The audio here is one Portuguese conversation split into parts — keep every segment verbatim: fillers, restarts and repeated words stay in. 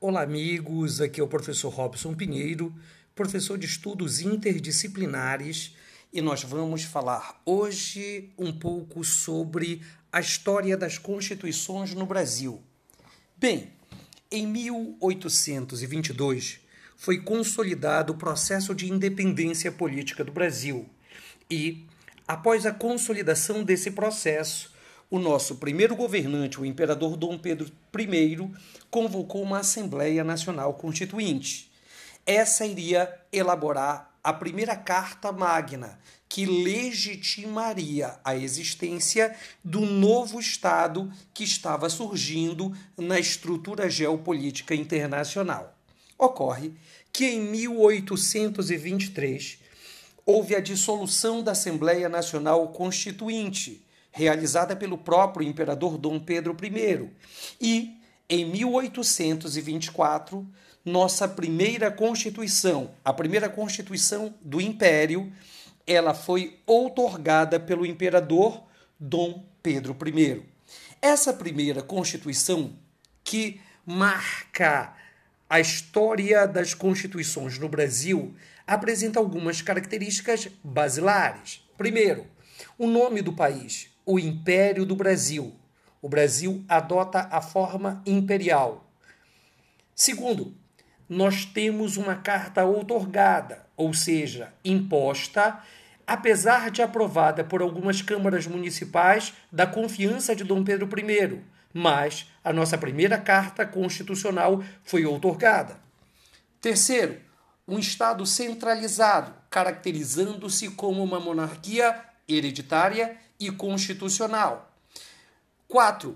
Olá, amigos. Aqui é o professor Robson Pinheiro, professor de estudos interdisciplinares, e nós vamos falar hoje um pouco sobre a história das constituições no Brasil. Bem, em mil oitocentos e vinte e dois foi consolidado o processo de independência política do Brasil e, após a consolidação desse processo, o nosso primeiro governante, o imperador Dom Pedro I, convocou uma Assembleia Nacional Constituinte. Essa iria elaborar a primeira Carta Magna, que legitimaria a existência do novo Estado que estava surgindo na estrutura geopolítica internacional. Ocorre que em mil oitocentos e vinte e três houve a dissolução da Assembleia Nacional Constituinte, realizada pelo próprio imperador Dom Pedro I. E, em mil oitocentos e vinte e quatro, nossa primeira Constituição, a primeira Constituição do Império, ela foi outorgada pelo imperador Dom Pedro I. Essa primeira Constituição, que marca a história das constituições no Brasil, apresenta algumas características basilares. Primeiro, o nome do país, o Império do Brasil. O Brasil adota a forma imperial. Segundo, nós temos uma carta outorgada, ou seja, imposta, apesar de aprovada por algumas câmaras municipais da confiança de Dom Pedro I, mas a nossa primeira carta constitucional foi outorgada. Terceiro, um Estado centralizado, caracterizando-se como uma monarquia hereditária e constitucional. Quatro,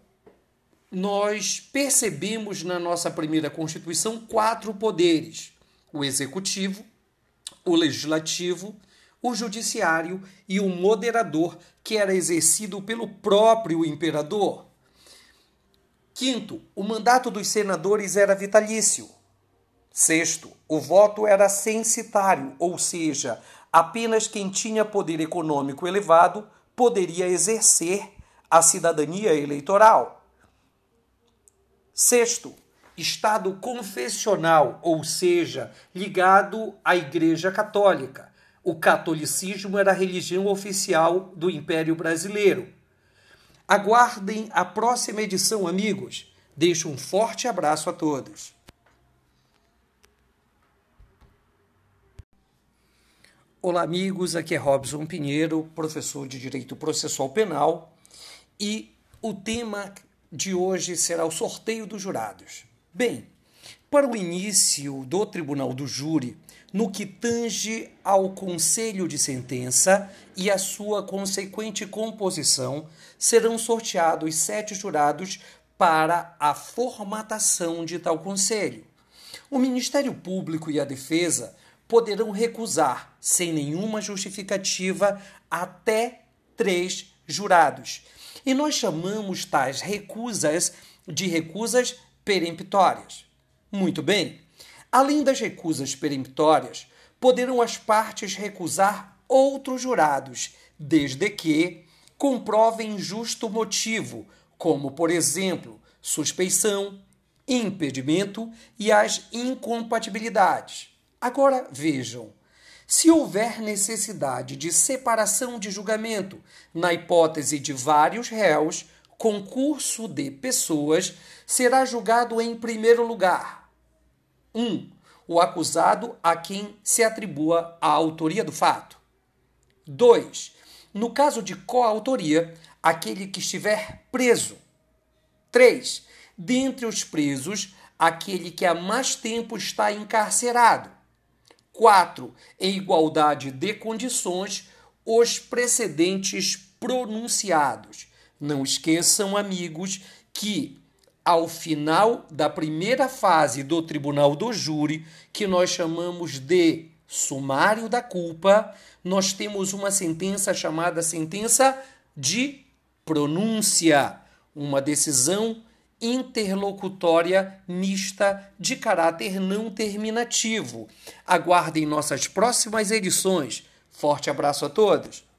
nós percebemos na nossa primeira Constituição quatro poderes: o executivo, o legislativo, o judiciário e o moderador, que era exercido pelo próprio imperador. Quinto, o mandato dos senadores era vitalício. Sexto, o voto era censitário, ou seja, apenas quem tinha poder econômico elevado poderia exercer a cidadania eleitoral. Sexto, Estado confessional, ou seja, ligado à Igreja Católica. O catolicismo era a religião oficial do Império Brasileiro. Aguardem a próxima edição, amigos. Deixo um forte abraço a todos. Olá, amigos. Aqui é Robson Pinheiro, professor de Direito Processual Penal, e o tema de hoje será o sorteio dos jurados. Bem, para o início do Tribunal do Júri, no que tange ao conselho de sentença e a sua consequente composição, serão sorteados sete jurados para a formatação de tal conselho. O Ministério Público e a Defesa poderão recusar, sem nenhuma justificativa, até três jurados. E nós chamamos tais recusas de recusas peremptórias. Muito bem. Além das recusas peremptórias, poderão as partes recusar outros jurados, desde que comprovem justo motivo, como, por exemplo, suspeição, impedimento e as incompatibilidades. Agora, vejam, se houver necessidade de separação de julgamento na hipótese de vários réus, concurso de pessoas, será julgado em primeiro lugar um. O acusado a quem se atribua a autoria do fato. dois. No caso de coautoria, aquele que estiver preso. três. Dentre os presos, aquele que há mais tempo está encarcerado. quatro. Em igualdade de condições, os precedentes pronunciados. Não esqueçam, amigos, que ao final da primeira fase do Tribunal do Júri, que nós chamamos de sumário da culpa, nós temos uma sentença chamada sentença de pronúncia, uma decisão interlocutória mista de caráter não terminativo. Aguardem nossas próximas edições. Forte abraço a todos!